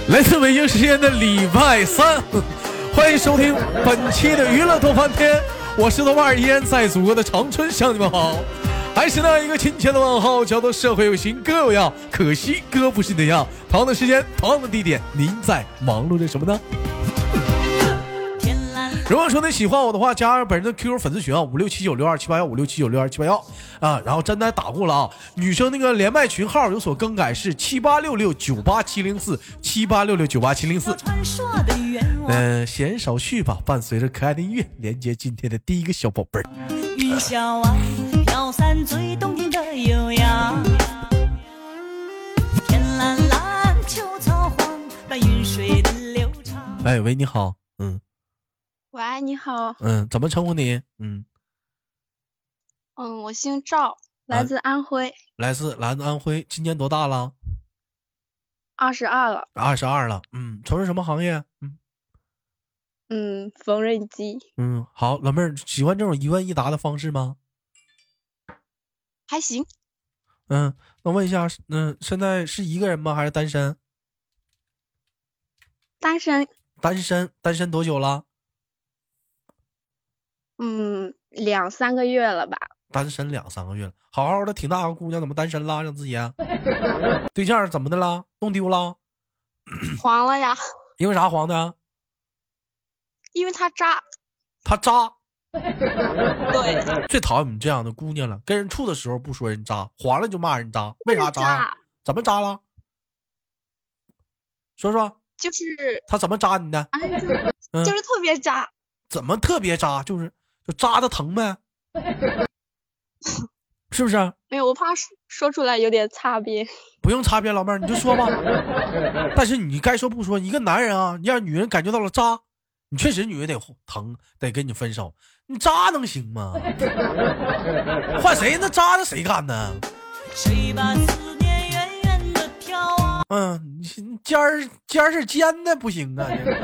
来自北京时间的礼拜三，欢迎收听本期的娱乐逗翻天，我是豆瓣，依然在祖国的长春向你们好，还是那一个亲切的问候，叫做社会有型哥有样，可惜哥不是那样。同样的时间，同样的地点，您在忙碌着什么呢？如果说你喜欢我的话，加入本人的 QQ 粉丝群啊，567962781567962781啊，然后真的打过了啊。女生那个连麦群号有所更改，是78669870498704。闲言少叙吧，伴随着可爱的音乐，连接今天的第一个小宝贝儿。 云霄啊，飘散最动听的悠扬，天蓝蓝，秋草黄，白云水的流长。 哎，喂，你好， 喂，你好。 怎么称呼你？ 我姓赵，来自安徽。 来自安徽，今年多大了 22了。 22了。从事什么行业？ 缝纫机。 好，老妹儿喜欢这种一问一答的方式吗？ 还行。 那问一下，现在是一个人吗？还是单身？ 单身。 单身多久了 ？2-3个月了吧。 单身2-3个月了，好好的挺大个姑娘，怎么单身了？让自己对象怎么的了？弄丢了？ 黄了呀。 因为啥黄的？ 因为他渣。 他渣？ 对。 最讨厌你们这样的姑娘了，跟人处的时候不说人渣，黄了就骂人渣，为啥渣呀？怎么渣了？说说。 就是他怎么渣你的？ 就是特别渣。 怎么特别渣？就渣的疼呗，是不是？ 没有，我怕说出来有点擦边。 不用擦边，老妹儿你就说吧。但是你该说不说，一个男人啊，你让女人感觉到了渣，你确实女人得疼，得跟你分手。你渣能行吗？换谁那渣的谁干呢？ 谁把思念远远的眺望？ 尖儿是尖的，不行啊。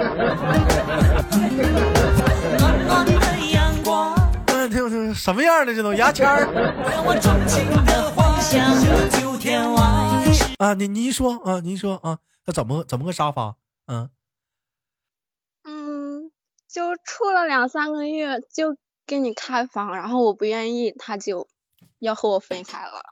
暖暖的阳光， 这什么样的这种牙签儿？ 让我钟情的幻想，9天外啊，你说啊，那怎么个杀法？ 就处了2-3个月，就跟你开房，然后我不愿意，他就要和我分开了。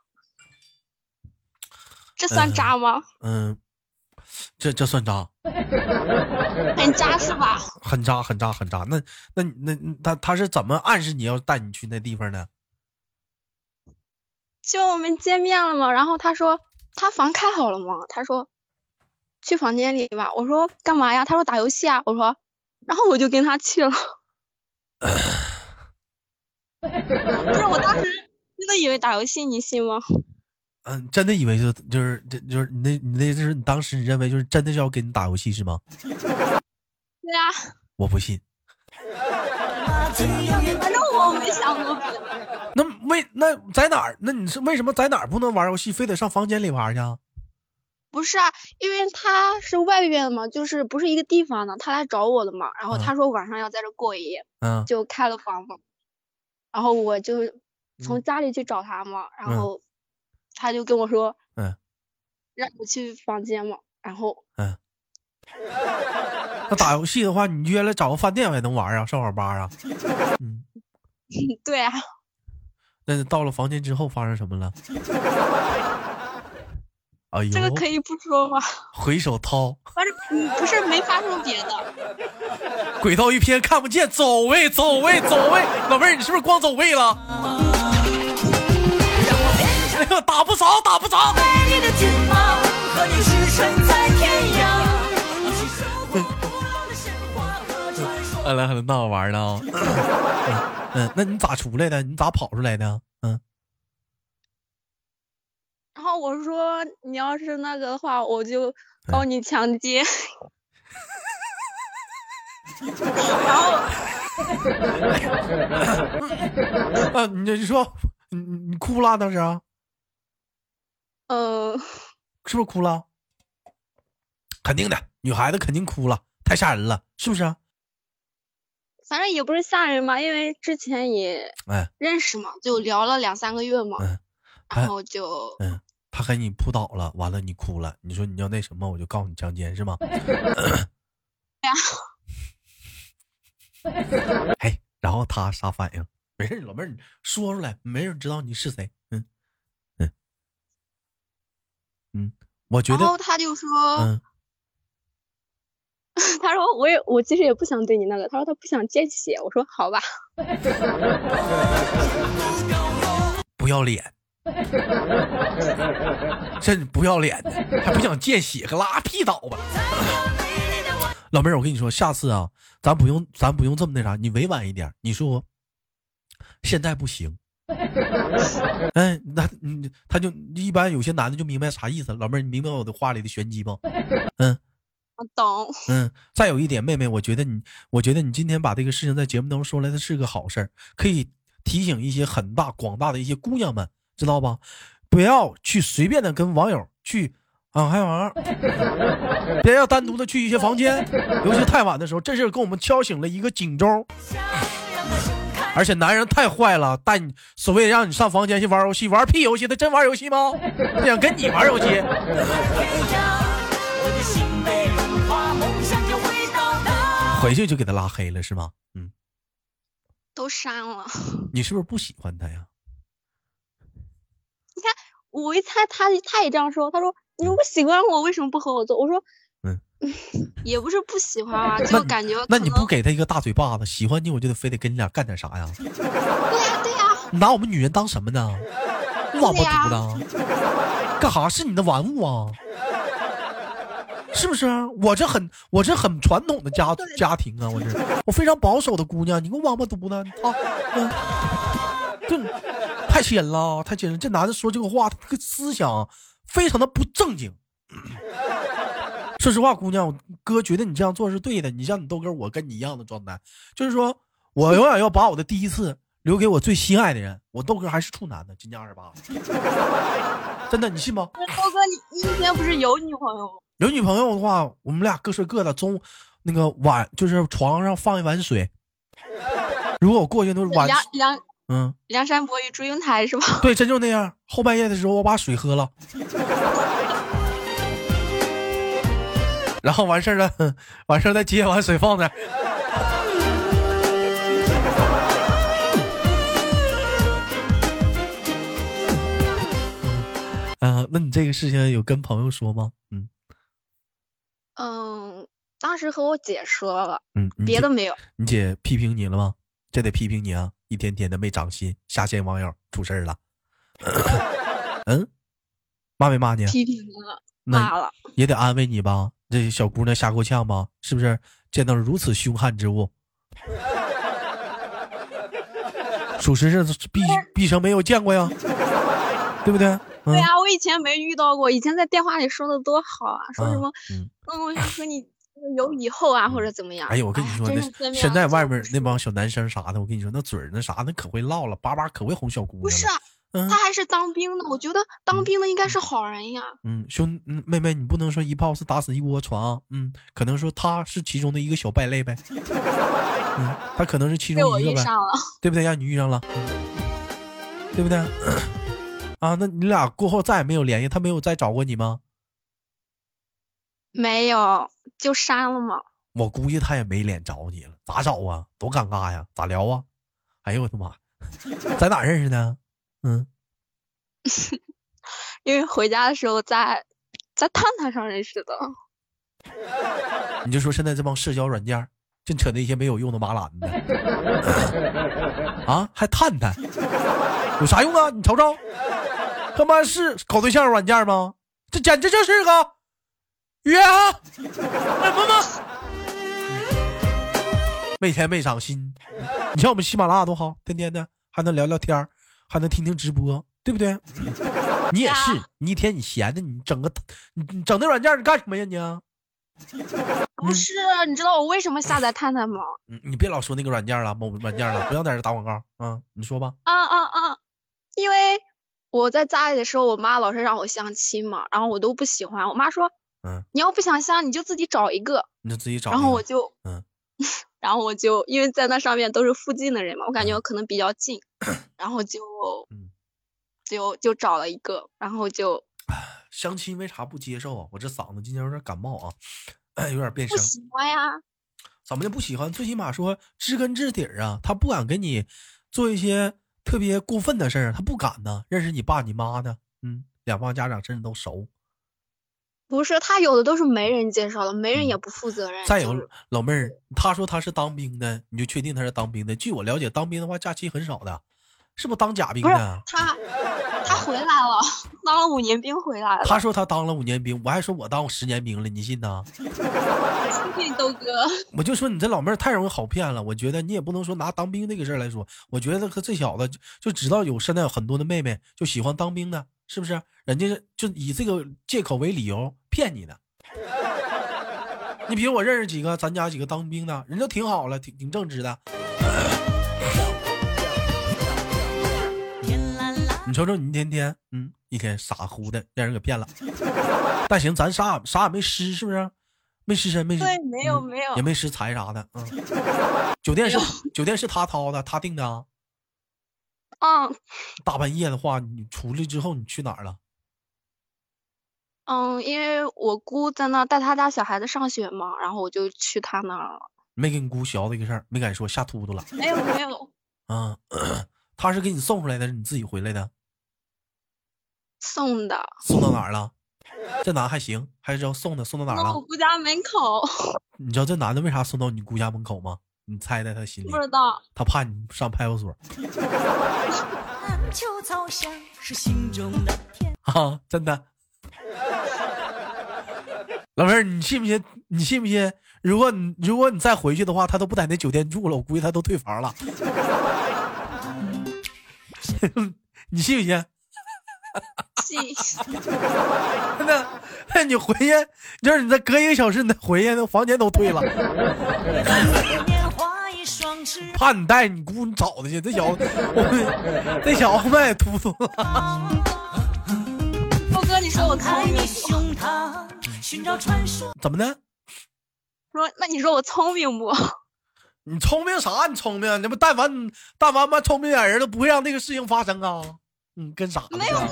这算渣吗？ 这算渣。 很渣是吧？ 很渣。那他是怎么暗示你要带你去那地方呢？ 就我们见面了嘛，然后他说他房开好了嘛，他说去房间里吧，我说干嘛呀？他说打游戏啊，我说，然后我就跟他去了。不是，我当时真的以为打游戏，你信吗？ 真的以为就是你那就是你当时你认为就是真的是要跟你打游戏是吗？ 对啊。 我不信。 反正我没想过。 那在哪儿？那你是为什么在哪儿不能玩游戏，非得上房间里玩去？ 不是啊，因为他是外院的嘛，就是不是一个地方的，他来找我的嘛，然后他说晚上要在这过一夜，就开了房嘛，然后我就从家里去找他嘛，然后他就跟我说，让我去房间嘛，然后那打游戏的话，你约了找个饭店也能玩啊，上网吧啊。 对啊。 那到了房间之后发生什么了？哎呦， 这个可以不说吗？ 回手掏， 反正不是没发生别的。 轨道一偏看不见，走位，老妹儿，你是不是光走位了？哎呦，打不着。 美丽的肩膀和你驰骋在天涯。 来，那好玩了啊。那你咋出来的？你咋跑出来的？ 然后我说你要是那个的话，我就告你强奸。然后你说你哭了当时啊？是不是哭了？肯定的，女孩子肯定哭了，太吓人了，是不是？ 反正也不是吓人嘛，因为之前也认识嘛，就聊了2-3个月嘛，然后就他给你扑倒了，完了你哭了，你说你要那什么，我就告诉你强奸是吗？ 呀， 哎，然后他啥反应？没事，老妹儿你说出来，没人知道你是谁。我觉得。 然后他就说， 嗯， 他说我其实也不想对你那个，他说他不想见血，我说好吧。 不要脸，真不要脸的，还不想见血，个拉屁倒吧。老妹儿，我跟你说，下次啊，咱不用这么那啥，你委婉一点，你说现在不行。哎，那他就一般有些男的就明白啥意思。老妹儿，你明白我的话里的玄机不？ 我懂。 再有一点，妹妹，我觉得你今天把这个事情在节目当中说来，它是个好事儿，可以提醒一些广大的一些姑娘们，知道吧？不要去随便的跟网友去嗨玩，别要单独的去一些房间，尤其太晚的时候，这事给我们敲醒了一个警钟。而且男人太坏了，带你所谓让你上房间去玩游戏，玩屁游戏？他真玩游戏吗？他想跟你玩游戏。回去就给他拉黑了是吗？ 都删了。 你是不是不喜欢他呀？ 你看，我一猜他也这样说，他说你如果喜欢我，为什么不和我做？我说也不是不喜欢啊，就感觉那你不给他一个大嘴巴子，喜欢你我就得非得跟你俩干点啥呀？对呀， 你拿我们女人当什么呢？王八犊子，干啥是你的玩物啊？是不是？我这很传统的家庭啊，我非常保守的姑娘，你个王八犊子，这太险了，太险了！这男的说这个话，他这个思想非常的不正经。说实话，姑娘，哥觉得你这样做是对的。你像你豆哥，我跟你一样的状态，就是说我永远要把我的第一次留给我最心爱的人。我豆哥还是处男的，今年28，真的，你信吗？ 豆哥，你以前不是有女朋友吗？ 有女朋友的话，我们俩各睡各的，那个就是床上放一碗水。如果我过去都是梁山伯与祝英台是吧？ 对，真就那样。后半夜的时候，我把水喝了。然后完事儿了，再接完水放那儿。那你这个事情有跟朋友说吗？ 当时和我姐说了，别的没有。 你姐批评你了吗？这得批评你啊！一天天的没长心，下线网友出事了。骂没骂你？ 批评了，骂了， 也得安慰你吧。这小姑娘吓够呛吧？是不是见到如此凶悍之物？属实是毕生没有见过呀，对不对？ 对啊，我以前没遇到过，以前在电话里说的多好啊，说什么我想和你有以后啊，或者怎么样。 哎呦，我跟你说，现在外面那帮小男生啥的，我跟你说，那嘴那啥，那可会唠了，叭叭可会哄小姑娘了。 不是啊，他还是当兵的，我觉得当兵的应该是好人呀。 妹妹，你不能说一炮是打死一窝床，可能说他是其中的一个小败类呗。他可能是其中一个呗， 被我遇上了， 对不对？让你遇上了，对不对？那你俩过后再也没有联系，他没有再找过你吗？ 没有，就删了嘛。 我估计他也没脸找你了，咋找啊？多尴尬呀，咋聊啊？哎呦我的妈，在哪认识的？ 因为回家的时候在探探上认识的。 你就说现在这帮社交软件净扯那些没有用的麻懒的还探探有啥用啊？你瞅瞅，他妈是搞对象软件吗？这简直就是个约什么吗？没钱没长心。你像我们喜马拉雅多好，天天的还能聊聊天，还能听听直播，对不对？你也是，你一天你闲的，你整那软件你干什么呀你？ 不是，你知道我为什么下载探探吗？ 你别老说那个软件了，某软件了，不要在这打广告啊！你说吧。 因为我在家里的时候，我妈老是让我相亲嘛，然后我都不喜欢。我妈说，你要不想相，你就自己找一个。 你就自己找。 然后我就，然后我就因为在那上面都是附近的人嘛，我感觉我可能比较近，然后就找了一个，然后就相亲为啥不接受啊？我这嗓子今天有点感冒啊，有点变声。 不喜欢呀？ 怎么就不喜欢？最起码说知根知底啊，他不敢跟你做一些特别过分的事儿，他不敢呢。认识你爸你妈的，两方家长甚至都熟。 不是，他有的都是媒人介绍的，媒人也不负责任。 再有老妹儿，他说他是当兵的，你就确定他是当兵的？据我了解，当兵的话假期很少的，是不是当假兵的？ 他回来了，当了5年兵回来了。 他说他当了5年兵，我还说我当10年兵了，你信呢？ 豆哥， 我就说你这老妹儿太容易好骗了。我觉得你也不能说拿当兵这个事儿来说，我觉得这小子就知道现在有很多的妹妹就喜欢当兵的，是不是？人家就以这个借口为理由骗你的。你比如我认识咱家几个当兵的人都挺好了，挺正直的。你瞅瞅你天天一天傻乎的让人给骗了。但行，咱啥也没失，是不是？没失身，没失， 对，没有， 也没失财啥的。酒店是他掏的，他订的啊。大半夜的话，你出来之后你去哪儿了？ 因为我姑在那带他家小孩子上学嘛，然后我就去他那儿了。没跟你姑学这个事儿，没敢说吓秃噜了。 没有。 他是给你送出来的，是你自己回来的？ 送的。 送到哪儿了？这男还行，还知道送到哪儿了？ 我姑家门口。 你知道这男的为啥送到你姑家门口吗？你猜在他心里？ 不知道。 他怕你上派出所。真的。老妹儿，你信不信？如果你再回去的话，他都不在那酒店住了，我估计他都退房了。你信不信？ 信。 那你回去，就是你再隔1个小时，你再回去，那房间都退了。怕你带你姑你找他去，这小子卖秃秃了。 豆哥，你说我聪明怎么的？ 那你说我聪明不？ 你聪明啥？你聪明？你不但凡妈聪明点人都不会让这个事情发生啊！跟啥？ 没有。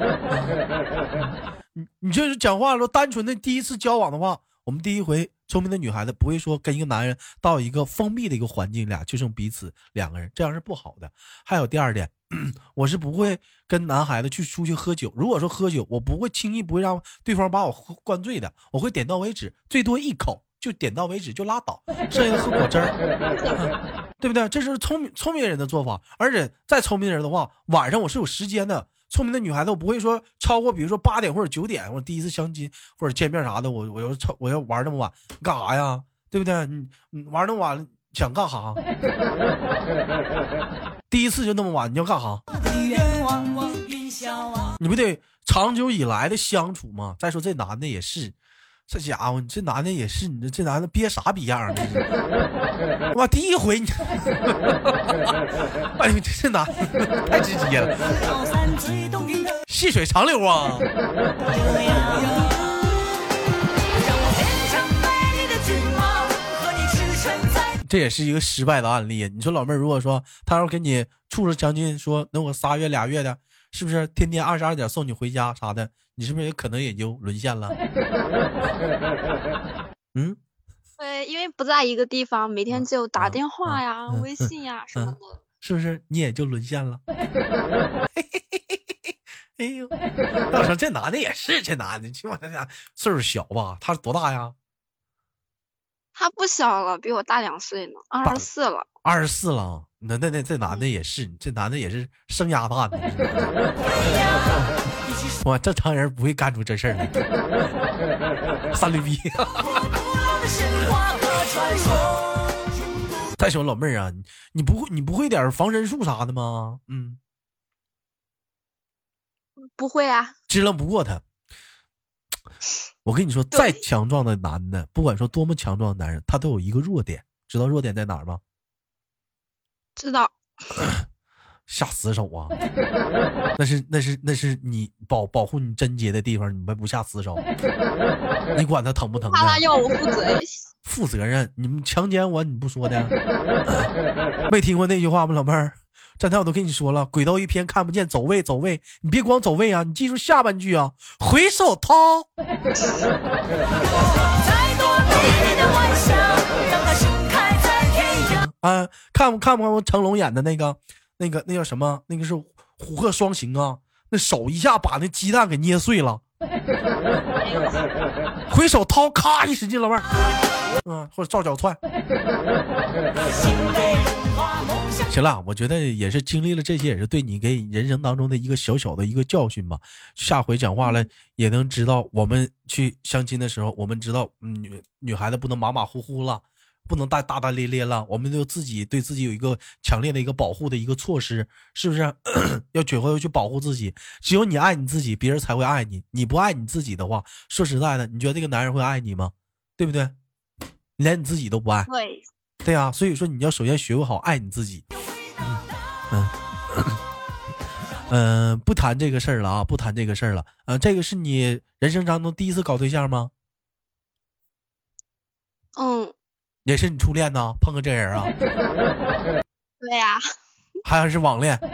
你就是讲话说单纯的第一次交往的话，我们第一回聪明的女孩子不会说跟一个男人到一个封闭的一个环境，俩就剩彼此2个人，这样是不好的。还有第2点，我是不会跟男孩子出去喝酒。如果说喝酒，我不会轻易不会让对方把我灌醉的，我会点到为止，最多1口就点到为止就拉倒，剩下的喝果汁儿，对不对？这是聪明人的做法。而且再聪明的人的话，晚上我是有时间的。聪明的女孩子我不会说超过，比如说8点或者9点，我第一次相亲或者见面啥的，我要玩那么晚干啥呀？对不对？你玩那么晚想干啥？第一次就那么晚，你要干啥？你不得长久以来的相处吗？再说这男的也是，这家伙，这男的也是，你这男的憋啥逼样啊？哇，第一回你，哎呦，这男的太直接了，细水长流啊！这也是一个失败的案例。你说老妹儿，如果说他要跟你处了将近说能有3月2月的，是不是天天22点送你回家啥的？你是不是也可能也就沦陷了？ 对，因为不在一个地方，每天就打电话呀、微信呀什么的， 是不是你也就沦陷了？哎呦，我说这男的也是，这男的起码他岁数小吧？他多大呀？ 他不小了，比我大2岁呢，24了。 24了，那这男的也是，这男的也是生鸭蛋的。哇，正常人不会干出这事儿来。三驴逼。再说老妹儿啊，你不会点防身术啥的吗？ 不会啊， 支棱不过他。我跟你说，再强壮的男的，不管说多么强壮的男人，他都有一个弱点，知道弱点在哪儿吗？ 知道。 下死手啊！那是你保护你贞洁的地方，你们不下死手，你管他疼不疼的？ 他要我负责任。 负责任？你们强奸我，你不说的？没听过那句话吗，老妹儿？ 刚才我都跟你说了，轨道一偏看不见，走位，你别光走位啊，你记住下半句啊，回手掏。啊，看不看过成龙演的那个叫什么？那个是虎鹤双形啊，那手一下把那鸡蛋给捏碎了，回手掏，咔一使劲，老妹儿，或者照脚踹。行了，我觉得也是经历了这些，也是对你给人生当中的一个小小的一个教训吧。下回讲话了也能知道，我们去相亲的时候，我们知道，女孩子不能马马虎虎了。不能大大咧咧了，我们就对自己有一个强烈的一个保护的一个措施，是不是？要学会去保护自己。只有你爱你自己，别人才会爱你。你不爱你自己的话，说实在的，你觉得这个男人会爱你吗？对不对？连你自己都不爱。对啊，所以说你要首先学会好爱你自己。不谈这个事儿了啊，不谈这个事儿了。这个是你人生当中第一次搞对象吗？也是你初恋呢？碰个这人啊？ 对呀。 还是网恋？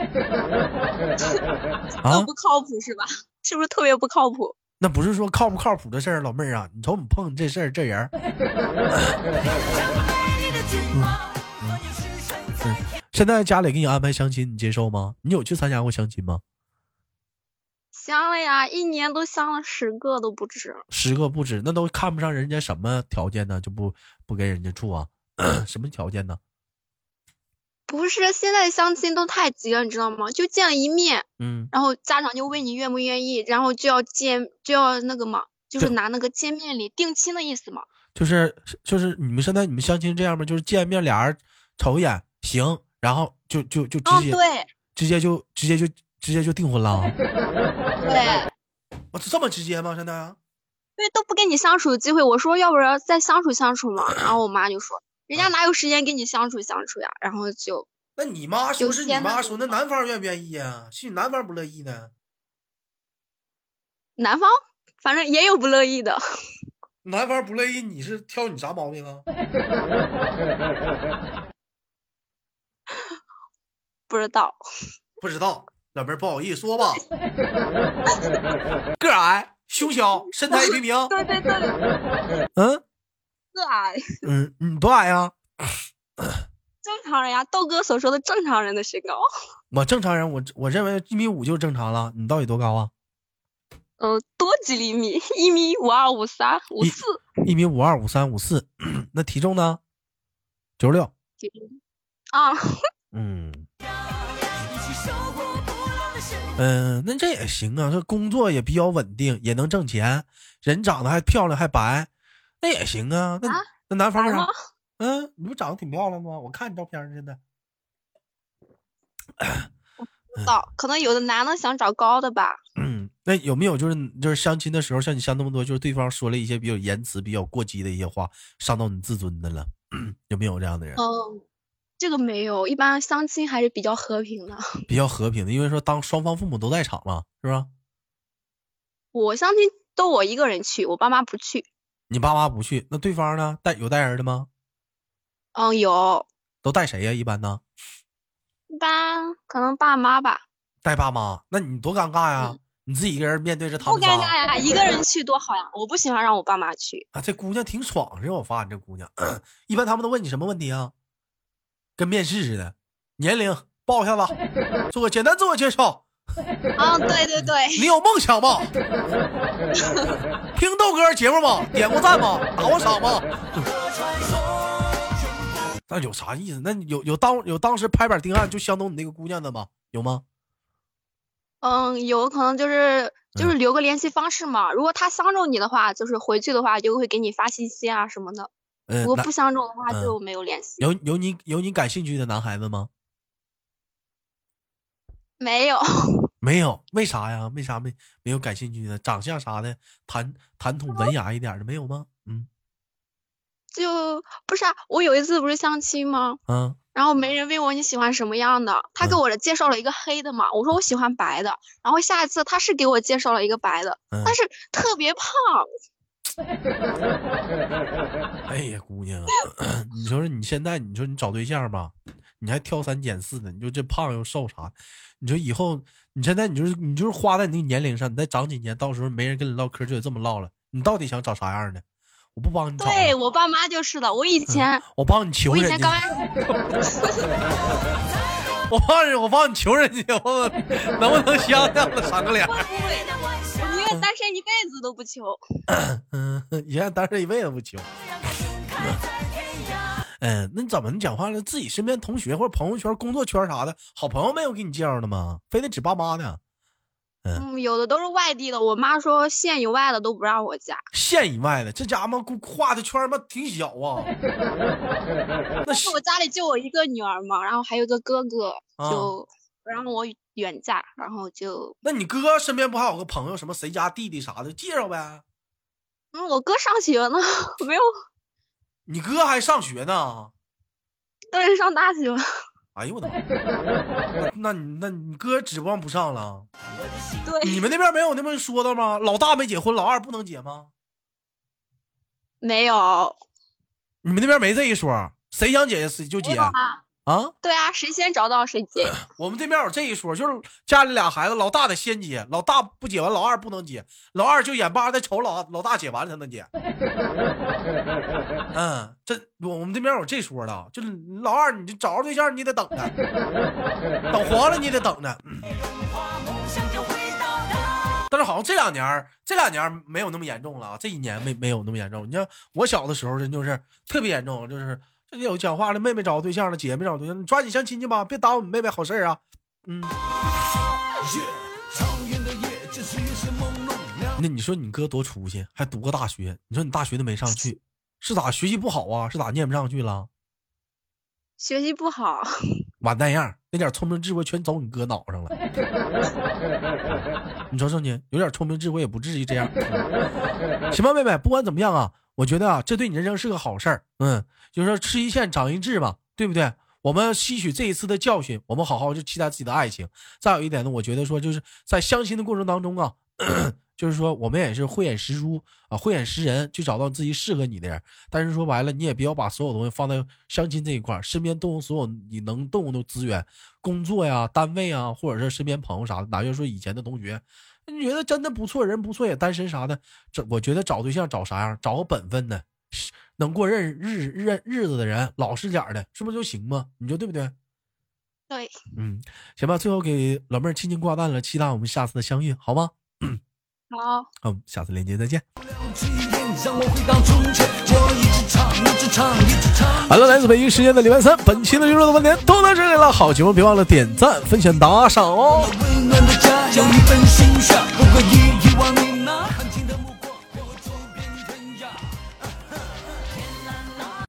都不靠谱是吧？是不是特别不靠谱？ 那不是说靠不靠谱的事儿，老妹儿啊，你瞅你碰这事儿这人。现在家里给你安排相亲，你接受吗？你有去参加过相亲吗？ 相了呀，一年都相了10个都不止。 10个不止，那都看不上人家什么条件呢？就不跟人家处啊？什么条件呢？ 不是，现在的相亲都太急了，你知道吗？就见了一面，然后家长就问你愿不愿意，然后就要那个嘛，就是拿那个见面礼定亲的意思嘛。就是你们现在你们相亲这样吗？就是见面俩人瞅一眼行，然后就直接对， 直接就订婚了。 对， 我这么直接吗？现在啊？ 对，都不跟你相处的机会。我说要不然再相处嘛，然后我妈就说人家哪有时间跟你相处呀，然后就。 那你妈说是你妈说，那男方愿不愿意呀？是你男方不乐意呢？ 男方反正也有不乐意的。 男方不乐意，你是挑你啥毛病啊？ 不知道， 老妹儿不好意思说吧。个矮，胸小，身材平平。 对。个矮。 你多矮呀？ 正常人呀，豆哥所说的正常人的身高。 我正常人，我认为1.5米就正常了。你到底多高啊？ 多几厘米，1.52米、53、54。 1.52米、53、54。那体重呢？96。 啊。 那这也行啊，这工作也比较稳定，也能挣钱，人长得还漂亮还白，那也行啊。那男方啥？你不长得挺漂亮吗？我看你照片现在。 不知道，可能有的男的想找高的吧。 那有没有就是相亲的时候，像你相那么多，就是对方说了一些比较言辞比较过激的一些话，伤到你自尊的了？有没有这样的人？ 这个没有，一般相亲还是比较和平的。 比较和平的，因为说当双方父母都在场嘛，是吧？ 我相亲都我一个人去，我爸妈不去。 你爸妈不去，那对方呢？有带人的吗？ 有。 都带谁呀？一般呢？ 一般可能爸妈吧。 带爸妈，那你多尴尬呀！你自己一个人面对着他们。 不尴尬呀，一个人去多好呀！我不喜欢让我爸妈去。 这姑娘挺爽是，我发现这姑娘。一般他们都问你什么问题啊？跟面试似的，年龄报一下子，做个简单自我介绍。 对。 你有梦想吗？听豆哥节目吗？点过赞吗？打过赏吗？那有啥意思？那有当时拍板定案就相中你那个姑娘的吗？有吗？ 有可能就是留个联系方式嘛。如果他相中你的话，就是回去的话就会给你发信息啊什么的。如果不相中的话就没有联系。 有你感兴趣的男孩子吗？ 没有。 没有，为啥呀？为啥没有感兴趣的？长相啥的，谈吐文雅一点的没有吗？ 就不是啊，我有一次不是相亲吗？然后媒人问我你喜欢什么样的，他给我介绍了一个黑的嘛，我说我喜欢白的，然后下一次他是给我介绍了一个白的，但是特别胖。 哎呀，姑娘，你说你现在你说你找对象吧， 你还挑三拣四的，你说这胖又瘦啥？你说以后你现在你就是花在你那个年龄上，你再长几年，到时候没人跟你唠嗑就得这么唠了。你到底想找啥样的？我不帮你找。 对我爸妈就是的，我以前、 我帮你求人家。 我以前刚开始我帮你求人家，我能不能相样的闪个脸？ 我宁愿单身一辈子都不求。 你愿单身一辈子不求。那你怎么你讲话了？自己身边同学或者朋友圈、工作圈啥的，好朋友没有给你介绍的吗？非得指爸妈呢？ 有的都是外地的，我妈说县以外的都不让我加。 县以外的，这家伙画的圈嘛挺小啊。 但是我家里就我一个女儿嘛，然后还有个哥哥，就不让我远嫁，然后就。 那你哥身边不还有个朋友，什么谁家弟弟啥的，介绍呗？ 我哥上学呢，没有。 你哥还上学呢？ 对，上大学。 哎呦我的妈！那你哥指望不上了。 对， 你们那边没有那么说的吗？老大没结婚，老二不能结吗？ 没有。 你们那边没这一说，谁想结谁就结啊？ 对啊，谁先找到谁结。 我们这边有这一说，就是家里俩孩子，老大得先结，老大不结完，老二不能结，老二就眼巴得瞅老大结完才能结。这我们这边有这说的，就是老二你就找着对象你得等着，等黄了你得等着。但是好像这两年没有那么严重了，这一年没有那么严重。你像我小的时候，真就是特别严重，就是这有讲话了，妹妹找对象了，姐妹找对象，你抓紧相亲去吧，别耽误你妹妹好事啊。那你说你哥多出息，还读个大学，你说你大学都没上去，是咋学习不好啊？是咋念不上去了？ 学习不好， 完蛋样，那点聪明智慧全走你哥脑上了。你说正经，有点聪明智慧也不至于这样。行吧，妹妹，不管怎么样啊，我觉得啊，这对你人生是个好事儿。就是说吃一堑长一智嘛，对不对？我们吸取这一次的教训，我们好好就期待自己的爱情。再有一点呢，我觉得说就是在相亲的过程当中啊，就是说我们也是慧眼识珠啊，慧眼识人，去找到自己适合你的人。但是说白了，你也不要把所有东西放在相亲这一块，身边动用所有你能动用的资源，工作呀、单位啊，或者是身边朋友啥的，哪就说以前的同学，你觉得真的不错，人不错也单身啥的，我觉得找对象找啥样，找个本分的，能过日子的人，老实点的，是不是就行吗？你说对不对？ 对。 行吧，最后给老妹儿轻轻挂断了，期待我们下次的相遇，好吗？好，下次连接再见。好了，来自北京时间的礼拜三，本期的娱乐的半点都到这里了。好节目别忘了点赞、分享、打赏哦。